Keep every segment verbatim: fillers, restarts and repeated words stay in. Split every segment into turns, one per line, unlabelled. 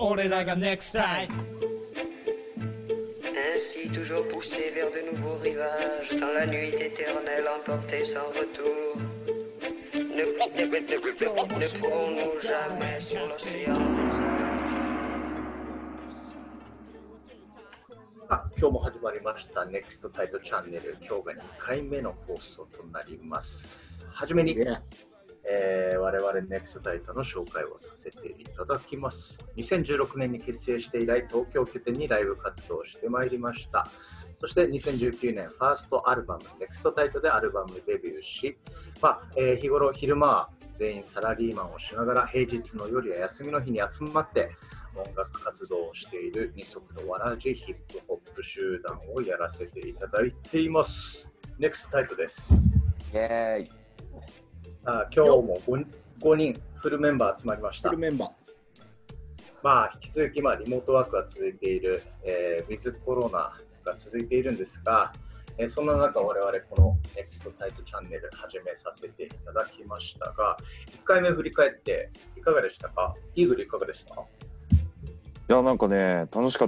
俺らが Next Time
Ainsi toujours poussé vers de nouveaux rivages, dans la nuit éternelle emportée sans retour. Ne, ne, ne, ne, ne pourrons-nous jamais sur l'océan des âges.
あ、今日も始まりました Next タイトチャンネル。今日がにかいめの放送となります。はじめに、
Yeah.
えー、我々 Next タイトの紹介をさせていただきます。にせんじゅうろくねんに結成して以来、東京拠点にライブ活動をしてまいりました。そしてにせんじゅうきゅうねんファーストアルバム Next タイトでアルバムデビューし、まあえー、日頃昼間は全員サラリーマンをしながら平日の夜や休みの日に集まって音楽活動をしている二足のわらじヒップホップ集団をやらせていただいています。Next タイトです。
イェーイ。
あ今日も 5, ごにんフルメンバー集まりました。
フルメンバー。
まあ、引き続き、まあ、リモートワークが続いている、えー、ウィズコロナが続いているんですが、えー、そんな中我々この Next タイトチャンネル始めさせていただきましたが、いっかいめ振り返っていかがでしたか？イーグルいかがでした？
いや、なんかね、楽しかった。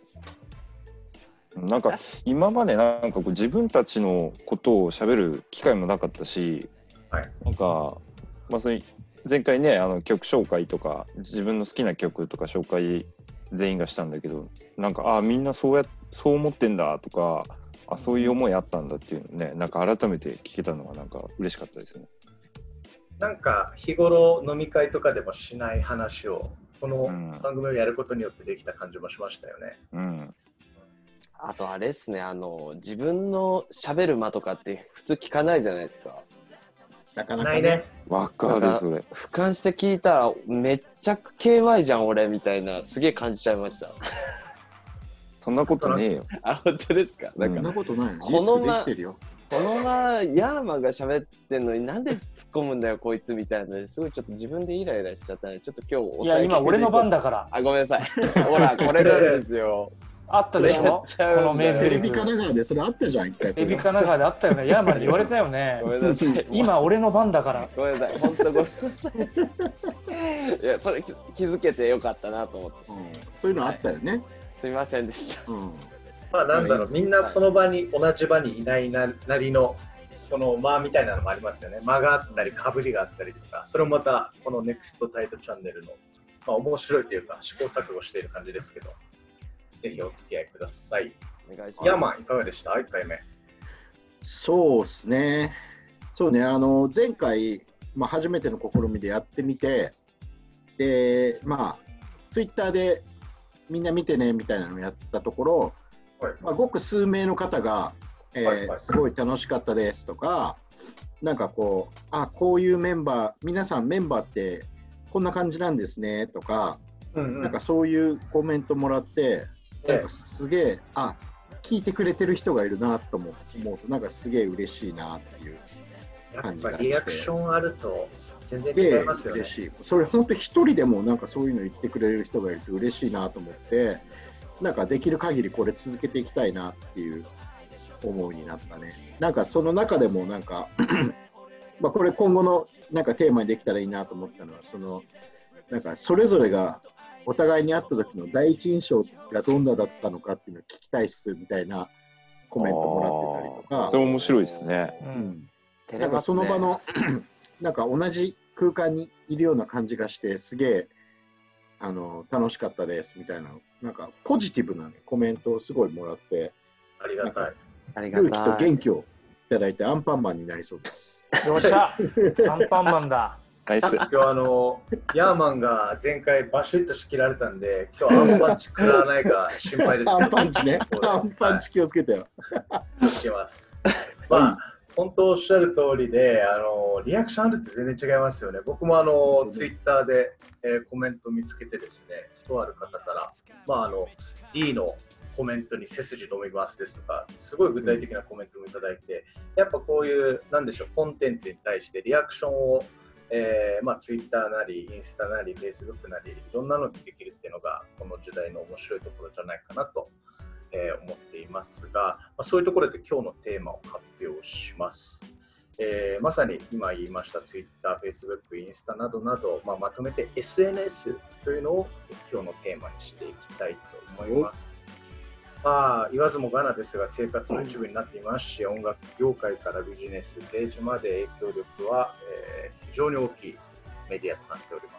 なんか今までなんかこう自分たちのことを喋る機会もなかったし、
はい、
なんか、まあ、それ前回ね、あの曲紹介とか自分の好きな曲とか紹介全員がしたんだけど、なんかあみんなそうやそう思ってんだとか、あそういう思いあったんだっていうのね、なんか改めて聞けたのがなんか嬉しかったですね。
なんか日頃飲み会とかでもしない話をこの番組をやることによってできた感じもしましたよね。
うん。
あとあれですね、あの自分の喋る間とかって普通聞かないじゃないですか。
なかなか
ないね。
わかるそれ。
俯瞰して聞いたらめっちゃ ケーワイ じゃん俺みたいなすげえ感じちゃいました。
そんなことねえよ。
あ、本当ですか？なんか、
そんなことないの。
このま
リスクできてるよ。
このまヤーマンが喋ってんのになんで突っ込むんだよこいつみたいなのですごいちょっと自分でイライラしちゃったので、ちょっと今日
いや今俺の番だから。
あ、ごめんなさい。ほらこれなんですよ。
あったでしょ、この名
テレビ
台詞。
神奈川でそれあったじゃん、一回。
テレビ神奈川であったよね。ヤーマンに言われたよね。
ごめんなさい。
今俺の番だから。
ごめんなさい。本当ごめんなさい。いや、それ気づけてよかったなと思って。
うん、そういうのあったよね。
すみませんでした。
うん、
まあなんだろう、みんなその場に同じ場にいないなりのこの間みたいなのもありますよね。間があったり被りがあったりとか、それもまたこの NEXT タイトチャンネルの、まあ、面白いというか試行錯誤している感じですけど、ぜひお付き合いください。
お願いします。
ヤーマンいかがでした？いっかいめ。
そうですね。そうね、あの前回、まあ、初めての試みでやってみて、で、まあ、ツイッターでみんな見てねみたいなのをやったところ、
はい
まあ、ごく数名の方が、えー
はいはい、
すごい楽しかったですとか、なんかこう、あ、こういうメンバー、皆さんメンバーってこんな感じなんですねとか、
うんうん、
なんかそういうコメントもらって、
ええ、
なんかすげえ、あ、聞いてくれてる人がいるなと思うと、なんかすげえ嬉しいなっていう感じがして。
やっぱリアクションあると全然違いますよね。
嬉しい。それ本当一人でもなんかそういうの言ってくれる人がいると嬉しいなと思って、なんかできる限りこれ続けていきたいなっていう思いになったね。なんかその中でもなんかまあこれ今後のなんかテーマにできたらいいなと思ったのは、そのなんかそれぞれがお互いに会った時の第一印象がどんなだったのかっていうのを聞きたいっすみたいなコメントもらってたりとか。
それ面白いですね。
うん、
うん、
なんかその場のなんか同じ空間にいるような感じがしてすげえあの楽しかったですみたいな、なんかポジティブな、ね、コメントをすごいもらって、
ありがたい。
ありがたい。
勇気と元気をいただいてアンパンマンになりそうです。
よっしゃ、アンパンマンだ。
ナイス。
今日あのヤーマンが前回バシッと仕切られたんで、今日アンパンチ食らわないか心配ですけど。
アンパンチね。アンパンチ気をつけてよ。
はい、気をつけます。まあ本当おっしゃる通りで、あのリアクションあるって全然違いますよね。僕もあのツイッターで、えー、コメント見つけてですね、とある方から、まああの D のコメントに背筋飲みますですとか、すごい具体的なコメントもいただいて、やっぱこういうなんでしょう、コンテンツに対してリアクションを、えーまあ、ツイッターなりインスタなりフェイスブックなりいろんなのにできるっていうのがこの時代の面白いところじゃないかなと、えー、思っていますが、まあ、そういうところで今日のテーマを発表します。 えーまさに今言いました Twitter、Facebook、インスタなどなど、まあ、まとめて エスエヌエス というのを今日のテーマにしていきたいと思います。まあ、言わずもがなですが生活の一部になっていますし、音楽業界からビジネス、政治まで影響力は、えー非常に大きいメディアとなっております。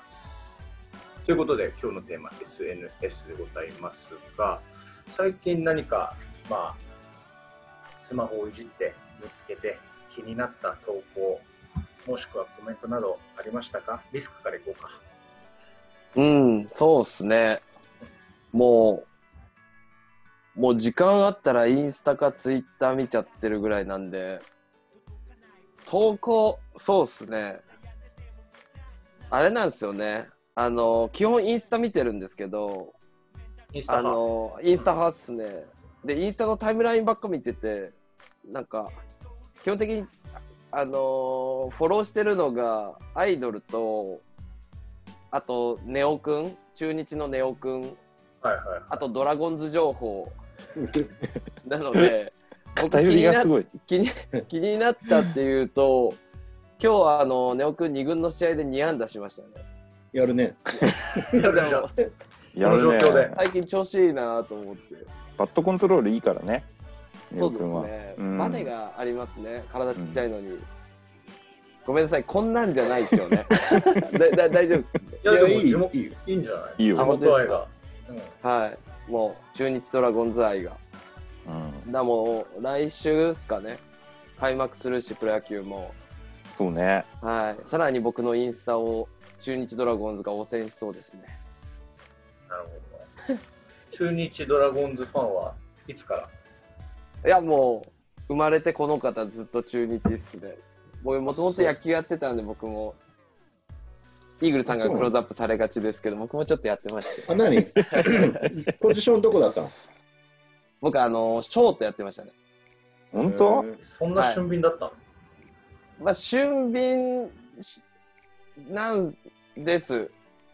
ということで今日のテーマ エスエヌエス でございますが、最近何か、まあ、スマホをいじって見つけて気になった投稿もしくはコメントなどありましたか？リスクからいこうか。
うん、そうっすね。もう、もう時間あったらインスタかツイッター見ちゃってるぐらいなんで、投稿、そうっすね。あれなんですよね。あの、基本インスタ見てるんですけど、あ
インスタ派
の、インスタ派っすね。で、インスタのタイムラインばっか見てて、なんか、基本的に、あのーフォローしてるのがアイドルと、あとネオくん、中日のネオくん、
はいはい、
あとドラゴンズ情報なので、僕
偏りがすごい。
気に気になったっていうと、今日はあのネオくんに軍の試合でに安打しましたね。
やるね。
やるじゃん。
やるね
この状況で。
最近調子いいなと思って。
バットコントロールいいからね。
そうです
ネオ君は
ね。
うん
バネがありますね。体ちっちゃいのに。ごめんなさい、こんなんじゃないですよね。だだ大丈夫ですか？
いやでも
いい
地元
いいよ
いいんじゃない？
いいよ
地元愛が。うん
はい。もう中日ドラゴンズ愛が。
うん、
だもう来週ですかね。開幕するし、プロ野球も。
そうね。
はい。さらに僕のインスタを中日ドラゴンズが汚染しそうですね。
なるほど。中日ドラゴンズファンはいつから？
いやもう生まれてこの方ずっと中日っすね。僕もともと野球やってたんで、僕もイーグルさんがクローズアップされがちですけど、僕もちょっとやってまして。
あ、何ポジションどこだったの？
僕あのショートやってましたね。
本当？
えー
そんな俊敏だったの？
まあ俊敏なんです。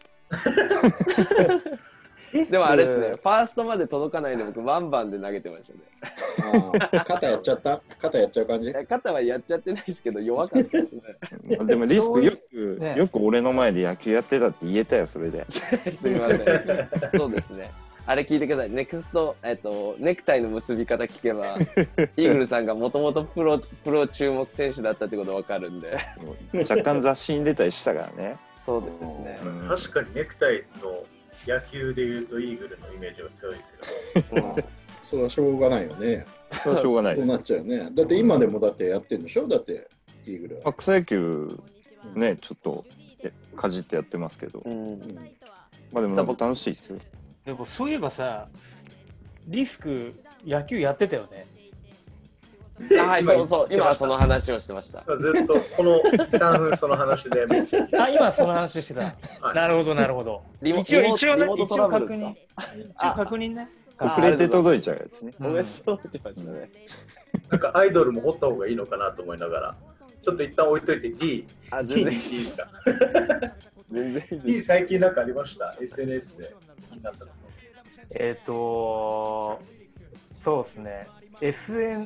でもあれですね、ファーストまで届かないで僕ワンバンで投げてましたね。
あー肩やっちゃった肩やっちゃう感じ？
え肩はやっちゃってないですけど弱かったですね。
でもリスクよく、
ね
よく俺の前で野球やってたって言えたよ、それで。
すみません。そうですね。あれ聞いてください。ネクスト、えっと、ネクタイの結び方聞けば、イーグルさんがもともとプロ、プロ注目選手だったってことわかるんで。
若干雑誌に出たりしたからね。
そうですね。
うん
確かにネクタイの野球でいうとイーグルのイメージが強いですけど。
それはしょうがないよね。
それはしょうがないです
そうな。っちゃうよね。だって今でもだってやってるんでしょ？だってイーグルは。
草野球ね、ちょっとえかじってやってますけど、
うん。
うん
まあでもなんか楽しいですよ。
でもそういえばさ、リスク野球やってたよね。
はい、そうそう。今はその話をしてました。
ずっとこのさんぷんその話でめっちゃ
あ、今その話してた。
はい
なるほどなるほど。
リモ
一応
リモ
一応ね
リモート
一応
トラブル
確
ですか
認。一応確認ね。
あ
遅れて届いちゃうやつね。
おめでとうって言ってましたね。
なんかアイドルも掘った方がいいのかなと思いながら、ちょっと一旦置いといて D、
あ、
D
全然い
いいで
いですす。
か？
全然いいで
D
す。
最近なんかありました？ エスエヌエス で気になったの。
えっ、とそうですね。エスエヌ、うん、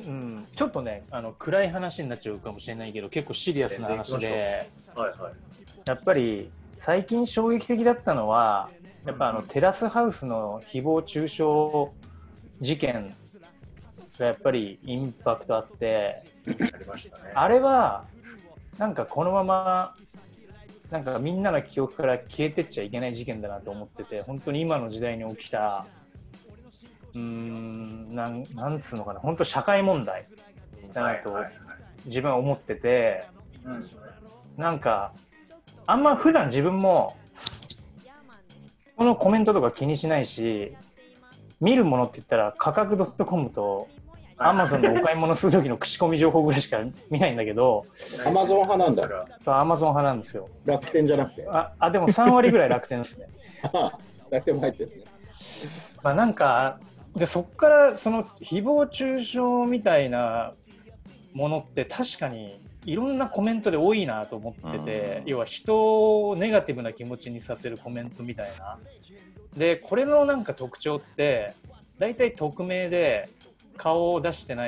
ちょっとねあの暗い話になっちゃうかもしれないけど結構シリアスな話で、
はいはい。
やっぱり最近衝撃的だったのはやっぱあのテラスハウスの誹謗中傷事件がやっぱりインパクトあって
ありましたね。
あれはなんかこのままなんかみんなの記憶から消えてっちゃいけない事件だなと思ってて、本当に今の時代に起きたうーんなん、なんつうのかな、本当社会問題だなと
はいはい
自分は思ってて、
はい。
なんかあんま普段自分もこのコメントとか気にしないし、見るものって言ったら価格 .com と Amazon のお買い物する時の口コミ情報ぐらいしか見ないんだけど、
アマゾン派なんだ。
そう Amazon 派なんですよ。
楽天じゃなくて。
ああでもさん割ぐらい楽天ですね。
楽天も入ってるね。
まあなんかでそこからその誹謗中傷みたいなものって確かにいろんなコメントで多いなと思ってて、要は人をネガティブな気持ちにさせるコメントみたいな。でこれのなんか特徴って大体匿名で顔を出してない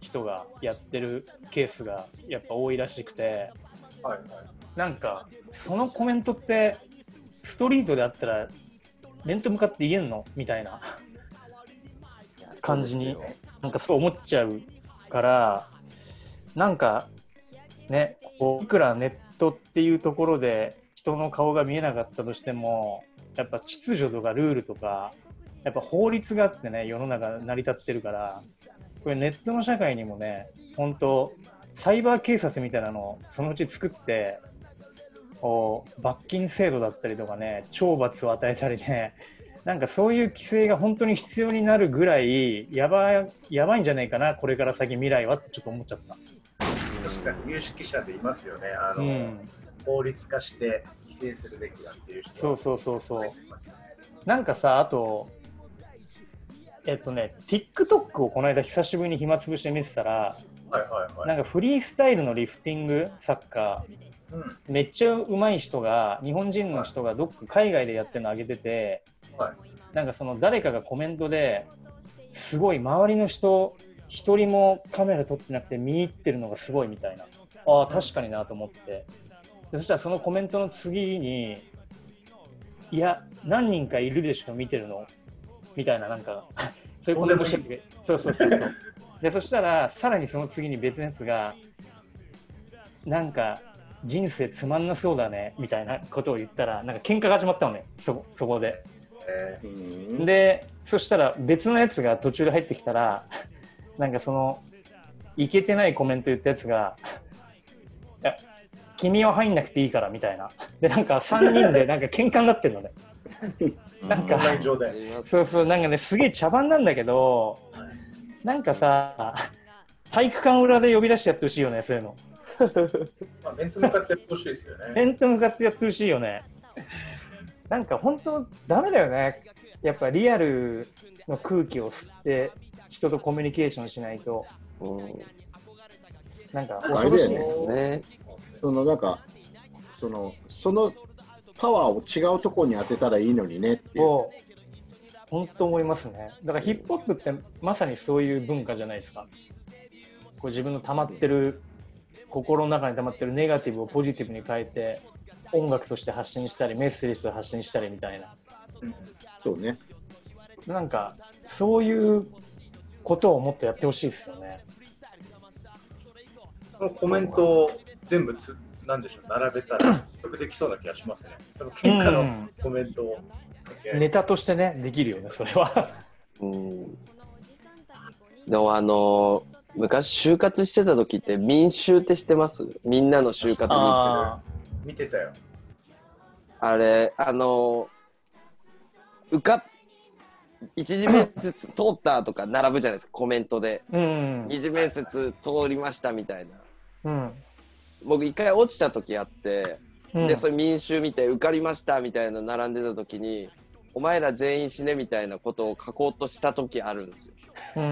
人がやってるケースがやっぱ多いらしくて、
はいはい、
なんかそのコメントってストリートであったら面と向かって言えんのみたいな感じになんかそう思っちゃうから、なんかね、いくらネットっていうところで人の顔が見えなかったとしても、やっぱ秩序とかルールとかやっぱ法律があってね、世の中成り立ってるから、これネットの社会にもね、本当サイバー警察みたいなのをそのうち作って、こう罰金制度だったりとかね、懲罰を与えたりね、なんかそういう規制が本当に必要になるぐらいやばい、やばいんじゃないかな、これから先未来はってちょっと思っちゃった。
確かに有識者でいますよね、あの、うん、法律化して規制するべきだっていう人。
そうそうそうそう。なんかさ、あとえっとね TikTok をこの間久しぶりに暇つぶして見てたら、
はいはいはい、
なんかフリースタイルのリフティングサッカー、うん、めっちゃ上手い人が、日本人の人がどっか海外でやってるの上げてて、はい、なんかその誰かがコメントですごい周りの人一人もカメラ撮ってなくて見入ってるのがすごいみたいな、ああ確かになと思って、でそしたらそのコメントの次に、いや何人かいるでしょ見てるのみたいな、なんかそういうコメントしてて、そうそうそうそうでそしたらさらにその次に別のやつが、なんか人生つまんなそうだねみたいなことを言ったら、なんか喧嘩が始まったのね、そ, そこで、えー、でそしたら別のやつが途中で入ってきたら、なんかそのイケてないコメント言ったやつが、いや君は入んなくていいからみたいな、でなんかさんにんでなんか喧嘩になってるのねなんかそうそう、なんかねすげえ茶番なんだけど、なんかさ体育館裏で呼び出してやってほしいよね、そういうの
まあ、面と向かってやってほしいですよね。
面と向かってやってほしいよね。なんか本当ダメだよね、やっぱリアルの空気を吸って人とコミュニケーションしないと、うん、なんか恐ろしいですね。
そのなんかそのそのパワーを違うところに当てたらいいのにねっていう。
本当思いますね。だからヒップホップってまさにそういう文化じゃないですか。こう自分の溜まってる心の中に溜まってるネガティブをポジティブに変えて音楽として発信したりメッセージとして発信したりみたいな、
うん、そうね。
なんかそういうことをもっとやってほしいですよね。
そのコメントを全部つなんでしょう、並べたらよくできそうな気がしますね。その喧嘩のコメントを、
うん、ネタとしてねできるよね、それは
うん。でもあの昔就活してた時って民衆って知ってます？みんなの就活
見てる。見てたよ。
あれあの受かっ一次面接通ったとか並ぶじゃないですか、コメントで、うん、二次面接通りましたみたいな、うん、僕一回落ちた時あって、うん、でそれ民衆見て受かりましたみたいな並んでた時に、お前ら全員死ねみたいなことを書こうとした時あるんですよ、うん、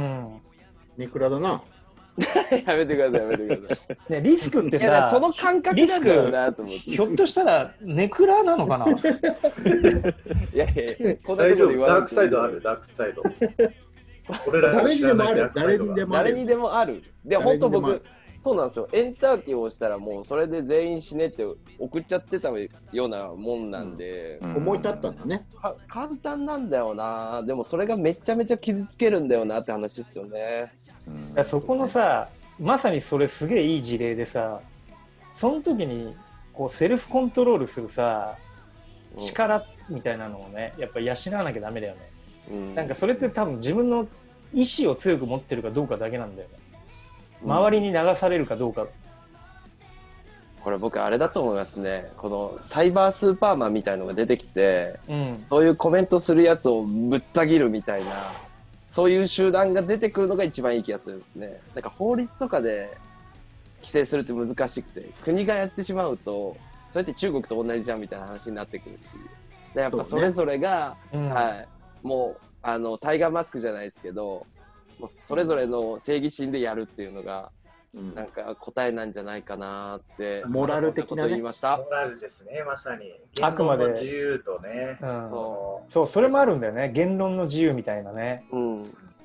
ネクラだな
やめてくださいやめてくださ
い、ね、リスクってさ、いや
その感覚なんだよなと思って、
ひょっとしたらネクラなのかな。い
やいや、
こんなこと言わない。ダークサイドある、ダークサイド。俺ら
誰にでもある、誰にでもある。
誰にでもある。で、本当僕、そうなんですよ。エンターキーを押したらもうそれで全員死ねって送っちゃってたようなもんなんで、
うん、思い立ったんだね。
簡単なんだよな。でもそれがめちゃめちゃ傷つけるんだよなって話ですよね。
うん、そこのさ、まさにそれすげえいい事例でさ、その時にこうセルフコントロールするさ力みたいなのをね、やっぱ養わなきゃダメだよね、うん、なんかそれって多分自分の意志を強く持ってるかどうかだけなんだよね、うん、周りに流されるかどうか。
これ僕あれだと思いますね、このサイバースーパーマンみたいのが出てきて、うん、そういうコメントするやつをぶった切るみたいな、そういう集団が出てくるのが一番いい気がするんですね。なんか法律とかで規制するって難しくて、国がやってしまうとそれって中国と同じじゃんみたいな話になってくるし、でやっぱそれぞれが、ね、はい、もうあのタイガーマスクじゃないですけど、もうそれぞれの正義心でやるっていうのが、うん、なんか答えなんじゃないかなって、
モラル的な、ね、
言いました。
モラルですね、まさに
あくまで
自由とね、
うん、そうそう、それもあるんだよね、言論の自由みたいなね、うん、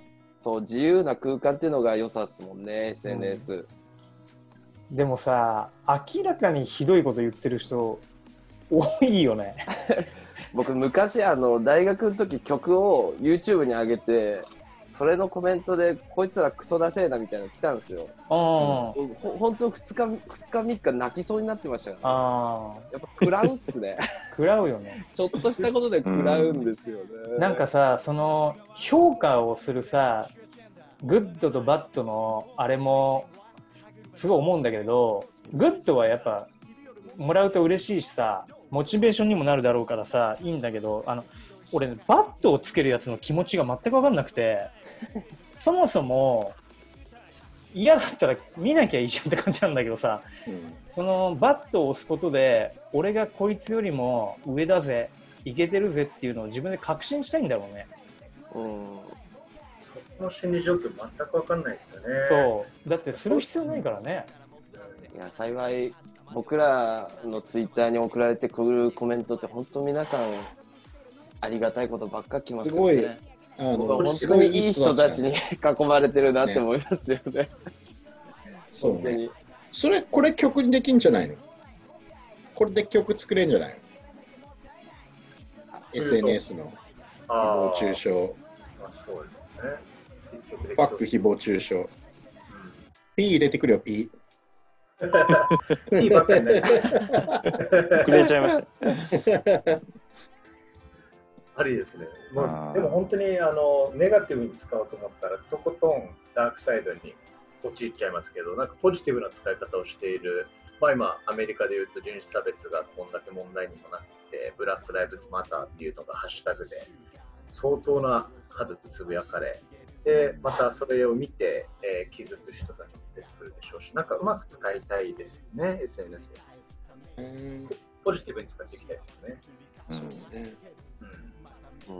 そう自由な空間っていうのが良さっすもんね エスエヌエス、
うん、でもさ明らかにひどいこと言ってる人多いよね
僕昔あの大学の時曲を YouTube に上げてそれのコメントでこいつらクソだせえなみたいなの来たんですよ。
あ、うん、ほ
本当ふつかふつかみっか泣きそうになってましたよね。
あ
やっぱ食らうっすね
食らうよね
ちょっとしたことで食らうんですよね、
うん、なんかさその評価をするさグッドとバッドのあれもすごい思うんだけどグッドはやっぱもらうと嬉しいしさモチベーションにもなるだろうからさいいんだけどあの俺バットをつけるやつの気持ちが全く分かんなくてそもそも嫌だったら見なきゃいいじゃんって感じなんだけどさ、うん、そのバットを押すことで俺がこいつよりも上だぜいけてるぜっていうのを自分で確信したいんだろうね。
うん、その心理状況全く分かんないですよね。
そうだってする必要ないからね。
いや幸い僕らのツイッターに送られてくるコメントって本当皆さんありがたいことばっか来ますよね。すごいあの本当にいい人たちに囲まれてるなって思いますよね。ね
そうね。それこれ曲にできんじゃないの？これで曲作れんじゃないの？ エスエヌエス の誹謗中傷。
あ、そうですね。
バック誹謗中傷。うん、P 入れてくるよ P。
P ばっかりになりました。
くれちゃいました。
ありですね。もうでも本当にあのネガティブに使おうと思ったらとことんダークサイドに陥っちゃいますけど、なんかポジティブな使い方をしている、まあ、今アメリカでいうと人種差別がこんだけ問題にもなってブラックライブズマターっていうのがハッシュタグで相当な数つぶやかれで、またそれを見て、えー、気づく人たちも出てくるでしょうし、なんかうまく使いたいですよね エスエヌエス を。うん、ポジティブに使っていきたいですよね。
うん
うんうん、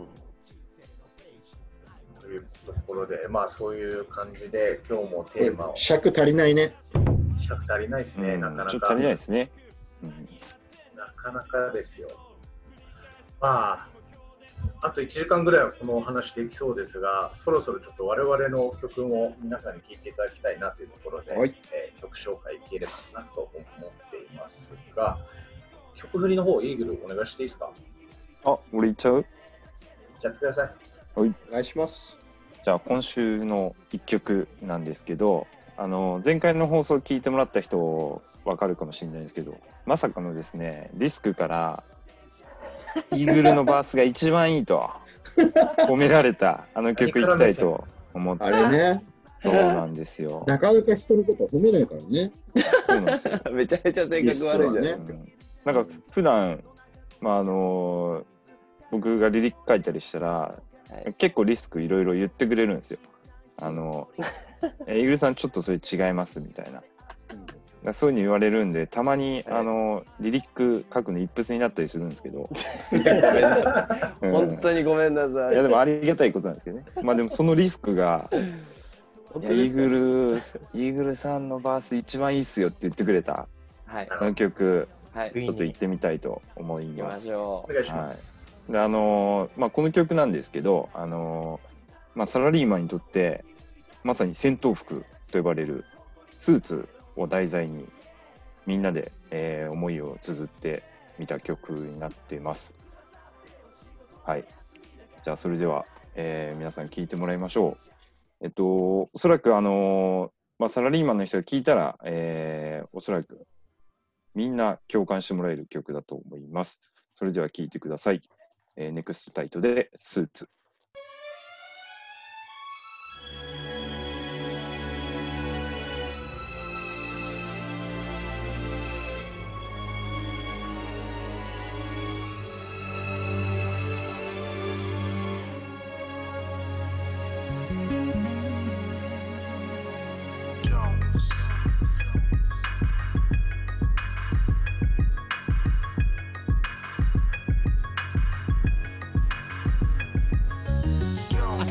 というところで、まあそういう感じで今日もテーマを
尺足りないね。
尺足りないですね、うん、なかなか
ちょっと足りないですね、
うん、なかなかですよ。まああといちじかんぐらいはこのお話できそうですが、そろそろちょっと我々の曲も皆さんに聴いていただきたいなというところで、はい、えー、曲紹介いければなと思っていますが、曲振りの方イーグルお願いしていいですか？
あ、俺いっちゃう？
やってください。
はい、お願いします。
じゃあ今週のいっきょくなんですけど、あの前回の放送を聞いてもらった人わかるかもしれないですけど、まさかのですねディスクからイーグルのバースが一番いいと褒められたあの曲いきたいと思って。
あれね。
そうなんですよ。
なかなか人のこと褒めないからね。
そうなんですよ。めちゃめちゃ性格悪いじゃないですか。
うん、なんか普段まああのー、僕がリリック書いたりしたら、はい、結構リスクいろいろ言ってくれるんですよ。あのイーグルさんちょっとそれ違いますみたいな、うん、そういうふうに言われるんで、たまに、はい、あのリリック書くの一筆になったりするんですけど
ごめんなさい、うん、本当にごめんなさい。
いやでもありがたいことなんですけどね。まあでもそのリスクがいやイーグルイーグルさんのバース一番いいっすよって言ってくれた、はい、あの曲、はい、ちょっと行ってみたいと思います。
お願いします。
はい、であのーまあ、この曲なんですけど、あのーまあ、サラリーマンにとってまさに戦闘服と呼ばれるスーツを題材にみんなで、えー、思いを綴ってみた曲になっています。はい。じゃあそれでは、えー、皆さん聴いてもらいましょう。えっと、おそらくあのーまあ、サラリーマンの人が聴いたら、えー、おそらくみんな共感してもらえる曲だと思います。それでは聴いてください。えー、ネクストタイトでスーツ。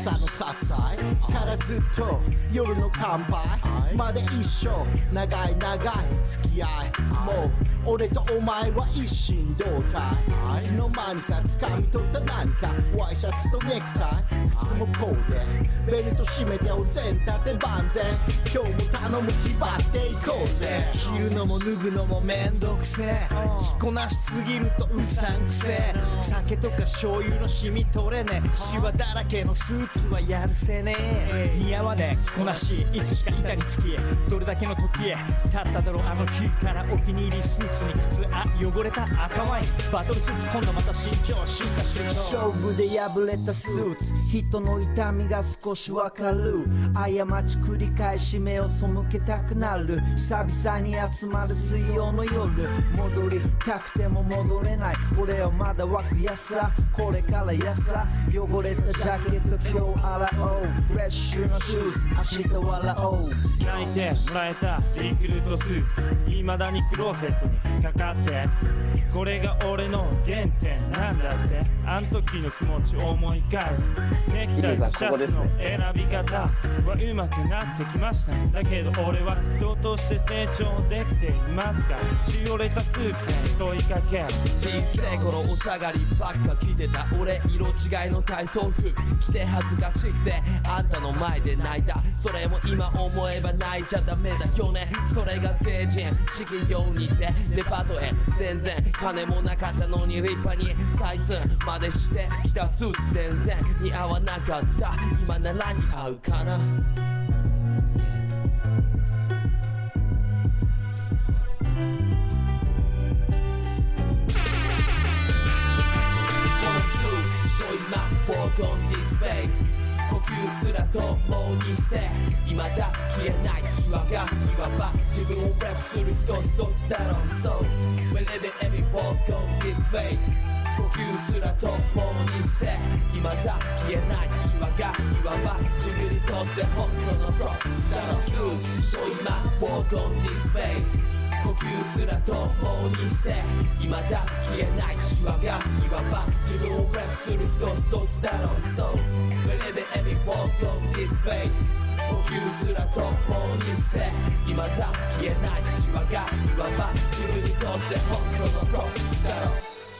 朝の撮影からずっと夜の乾杯まで一緒長い長い付き合いもう俺とお前は一心同体いつの間にか掴み取った何かワイシャツとネクタイ靴もコーデベルト締めてお膳立て万全今日も頼む気張っていこうぜ
着るのも脱ぐのもめんどくせえ着こなしすぎるとうさんくせえ酒とか醤油の染み取れねえシワだらけのスーツはやるせねえ似合わねえ着こなしいつしか板につきどれだけの時へ経っただろうあの日からお気に入りスーツに靴あ汚れた赤ワインバトルスーツ今度また身長進化し
勝負で破れたスーツ人の痛みが少しわかる過ち繰り返し目を背けたくなる久々に集まる水曜の夜戻りたくても戻れない俺はまだ湧くやさこれからやさ汚れたジャケット今日洗おうフレッシュなシューズ明日笑おう
泣いてもらえたリクルートスーツ未だにクローゼットにかかってこれが俺の原点なんだってあん時の気持ちを思い返すネクタイとシャツの選び方は上手くなってきましただけど俺は人として成長できていますかしおれたスーツに問いかける
人生頃お下がりばっか着てた俺色違いの体操服着て恥ずかしくてあんたの前で泣いたそれも今思えば泣いちゃダメだよねそれが成人式用にってデパートへ全然金もなかったのに立派に採寸までしてきたスーツ全然似合わなかった今なら似合うかなWalk on this way 呼吸すら共にして未だ消えないシワがいわば自分をラップする一つ一つだろう So wherever every walk on this way 呼吸すら共にして未だ消えないシワがいわば自分にとって本当のプロプスだろう So今 Walk on this way呼吸すら共にして未だ消えないシワがいわば自分をラップする一つ一つだろう So wherever every walk on this way 呼吸すら共にして未だ消えないシワがいわば自分にとって本当のプロプスだろう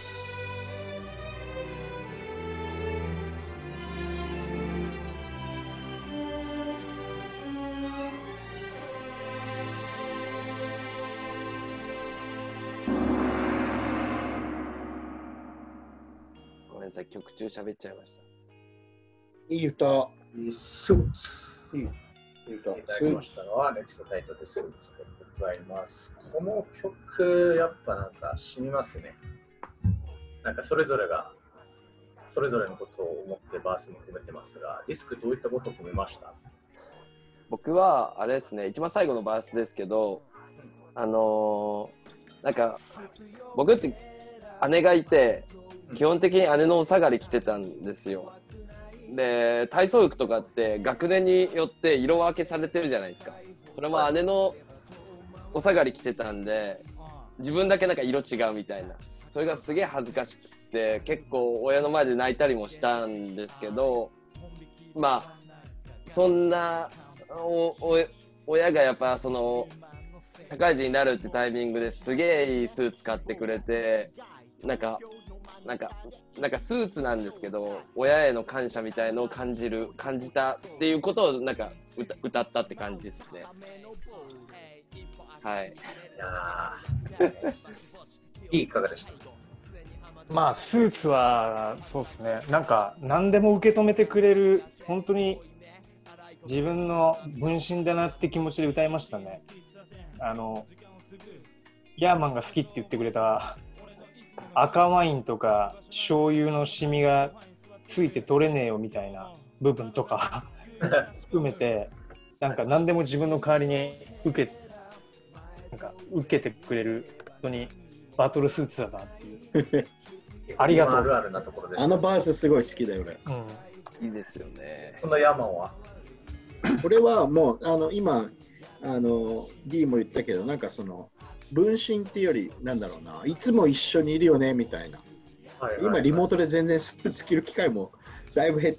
曲中喋っちゃいました。
いい歌。
いいスーツ。いい歌。いただきましたのはネクストタイトルスーツでございます。この曲、やっぱなんか染みますね。なんかそれぞれが、それぞれのことを思ってバースも組めてますが、リスクどういったことを組めました？
僕は、あれですね、一番最後のバースですけど、あのー、なんか、僕って姉がいて、基本的に姉のお下がり着てたんですよ。で、体操服とかって学年によって色分けされてるじゃないですか。それも姉のお下がり着てたんで、自分だけなんか色違うみたいな。それがすげえ恥ずかしくて、結構親の前で泣いたりもしたんですけど、まあ、そんなおお親がやっぱその、社会人になるってタイミングですげえいいスーツ買ってくれて、なんか、なんか、なんかスーツなんですけど、親への感謝みたいのを感じる、感じたっていうことをなんか 歌, 歌ったって感じですね。はい。
いやいいかがでした？
まあスーツはそうですね。なんか何でも受け止めてくれる本当に自分の分身だなって気持ちで歌いましたね。あのヤーマンが好きって言ってくれた。赤ワインとか醤油のシミがついて取れねえよみたいな部分とか含めてなんか何でも自分の代わりに受けなんか受けてくれる人にバトルスーツだなっていうありがとう。
あるあるなところです。
あのバースすごい好きだよね。
うん、いいですよね。
そのヤーマンは
これはもうあの今あの D も言ったけどなんかその分身っていうよりなんだろうないつも一緒にいるよねみたいな、はいはいはい、今リモートで全然スーツ着る機会もだいぶ減っ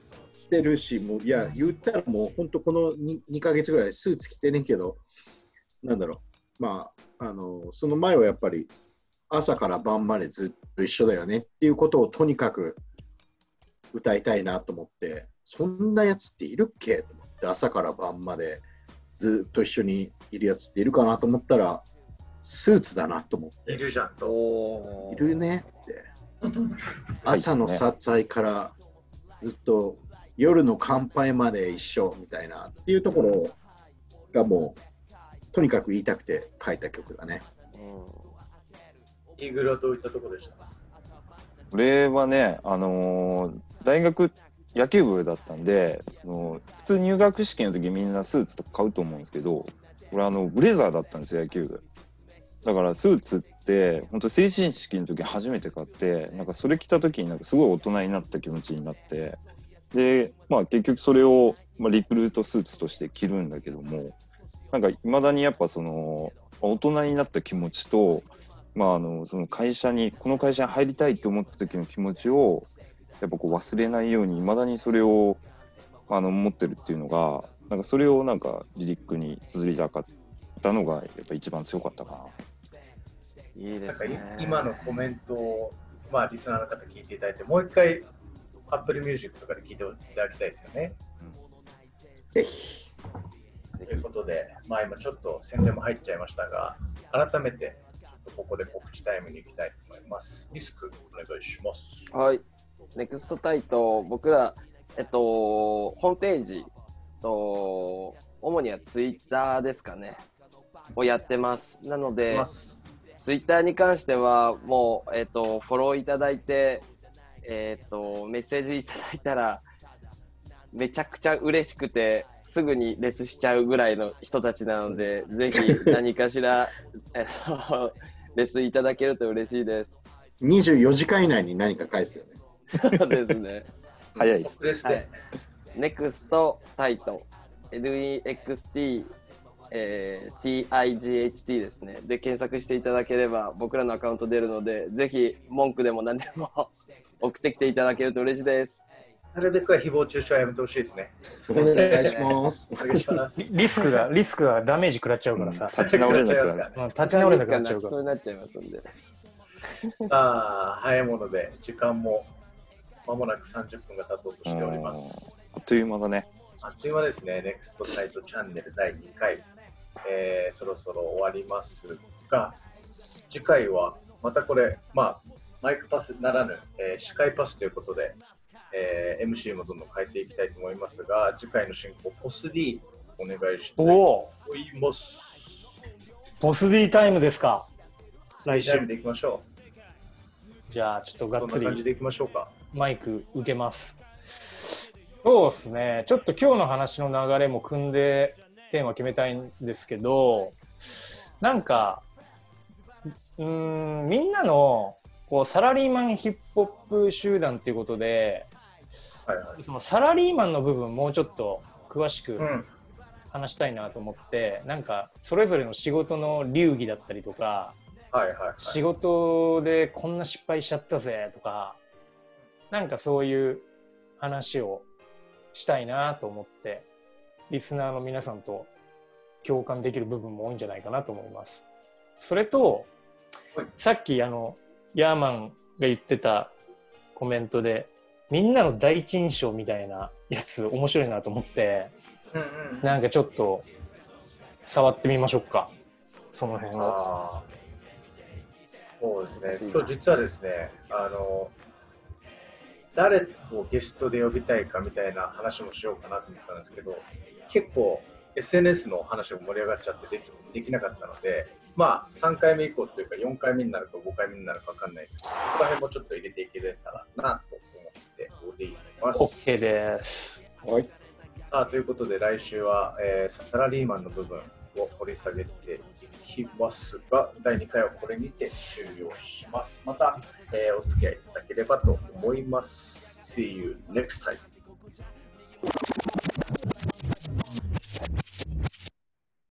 てるし、もういや言ったらもう本当この 2, 2ヶ月ぐらいスーツ着てねんけど、なんだろう、まああのその前はやっぱり朝から晩までずっと一緒だよねっていうことをとにかく歌いたいなと思って、そんなやつっているっけと思って、朝から晩までずっと一緒にいるやつっているかなと思ったら、スーツだなと思って。
いるじゃんと。
いるねって。朝の撮影からずっと夜の乾杯まで一緒みたいなっていうところがもうとにかく言いたくて書いた曲だね。
イーグルはどういったところでした？
俺はね、あのー、大学野球部だったんで、その普通入学式の時みんなスーツとか買うと思うんですけど、俺あのブレザーだったんですよ、野球部。だからスーツって本当成人式の時初めて買って、なんかそれ着た時になんかすごい大人になった気持ちになって、でまあ結局それを、まあ、リクルートスーツとして着るんだけども、なんか未だにやっぱその大人になった気持ちと、まああのその会社にこの会社に入りたいって思った時の気持ちをやっぱこう忘れないように未だにそれをあの持ってるっていうのが、なんかそれをなんかリリックに綴りたかったのがやっぱ一番強かったかな。
いいですね。
なんか今のコメントを、まあ、リスナーの方聞いていただいて、もう一回 Apple Music とかで聞いていただきたいですよね。
ぜひ。
ということで、まあ、今ちょっと宣伝も入っちゃいましたが、改めてここで告知タイムに行きたいと思います。リスクお願いします。
はい。ネクストタイト、僕ら、えっと、ホームページと、主にはツイッターですかね、をやってます。なので、ツイッターに関しては、もう、えっと、フォローいただいて、えっと、メッセージいただいたら、めちゃくちゃ嬉しくて、すぐにレスしちゃうぐらいの人たちなので、ぜひ何かしら、えっと、レスいただけると嬉しいです。
にじゅうよじかん以内に何か返すよね。
そうですね。
早いです。
はい、
ネクストタイト、エヌイーエックスティー、えー、ティーアイジーエイチティー ですね。で、検索していただければ僕らのアカウント出るので、ぜひ文句でも何でも送ってきていただけると嬉しいです。
なるべくは誹謗中傷はやめてほしいですね。
お願いします。
お願いします。
リスクが、リスクがダメージ食らっちゃうからさ。
うん、立ち直れなくなる。
うん、立ち直れなくなっちゃうから。
そうなっちゃいますんで。
ああ、早いもので時間もまもなくさんじゅっぷんが経とうとしております。
あっという間だね。
あっという間ですね。ネクストタイトチャンネルだいにかい、えー、そろそろ終わりますが、次回はまたこれ、まあ、マイクパスならぬ、えー、司会パスということで、えー、エムシー もどんどん変えていきたいと思いますが、次回の進行、ポス D お願いしたいと思います。
ポス D タイムですか。
来週でいきましょ
う。じゃあちょっとがっつり
こんな感じでいきましょうか。
マイク受けます。そうですね。ちょっと今日の話の流れも組んでテーマ決めたいんですけど、なんかうーんみんなのこうサラリーマンヒップホップ集団っていうことで、はいはい、そのサラリーマンの部分もうちょっと詳しく話したいなと思って、うん、なんかそれぞれの仕事の流儀だったりとか、はいはいはい、仕事でこんな失敗しちゃったぜとか、なんかそういう話をしたいなと思って、リスナーの皆さんと共感できる部分も多いんじゃないかなと思います。それと、はい、さっきあのヤーマンが言ってたコメントで、みんなの第一印象みたいなやつ面白いなと思って、うんうん、なんかちょっと触ってみましょうか、その辺を。
そうですね、今日実はですね、あの誰をゲストで呼びたいかみたいな話もしようかなと思ったんですけど、結構 エスエヌエス の話が盛り上がっちゃってで き, できなかったので、まあさんかいめ以降というかよんかいめになるかごかいめになるか分かんないですけど、そこら辺もちょっと入れていけれたらなと思っております。
OK です。
はい。
さあということで来週は、えー、サラリーマンの部分を掘り下げていきますが、だいにかいはこれにて終了します。また、えー、お付き合いいただければと思います。See you next time.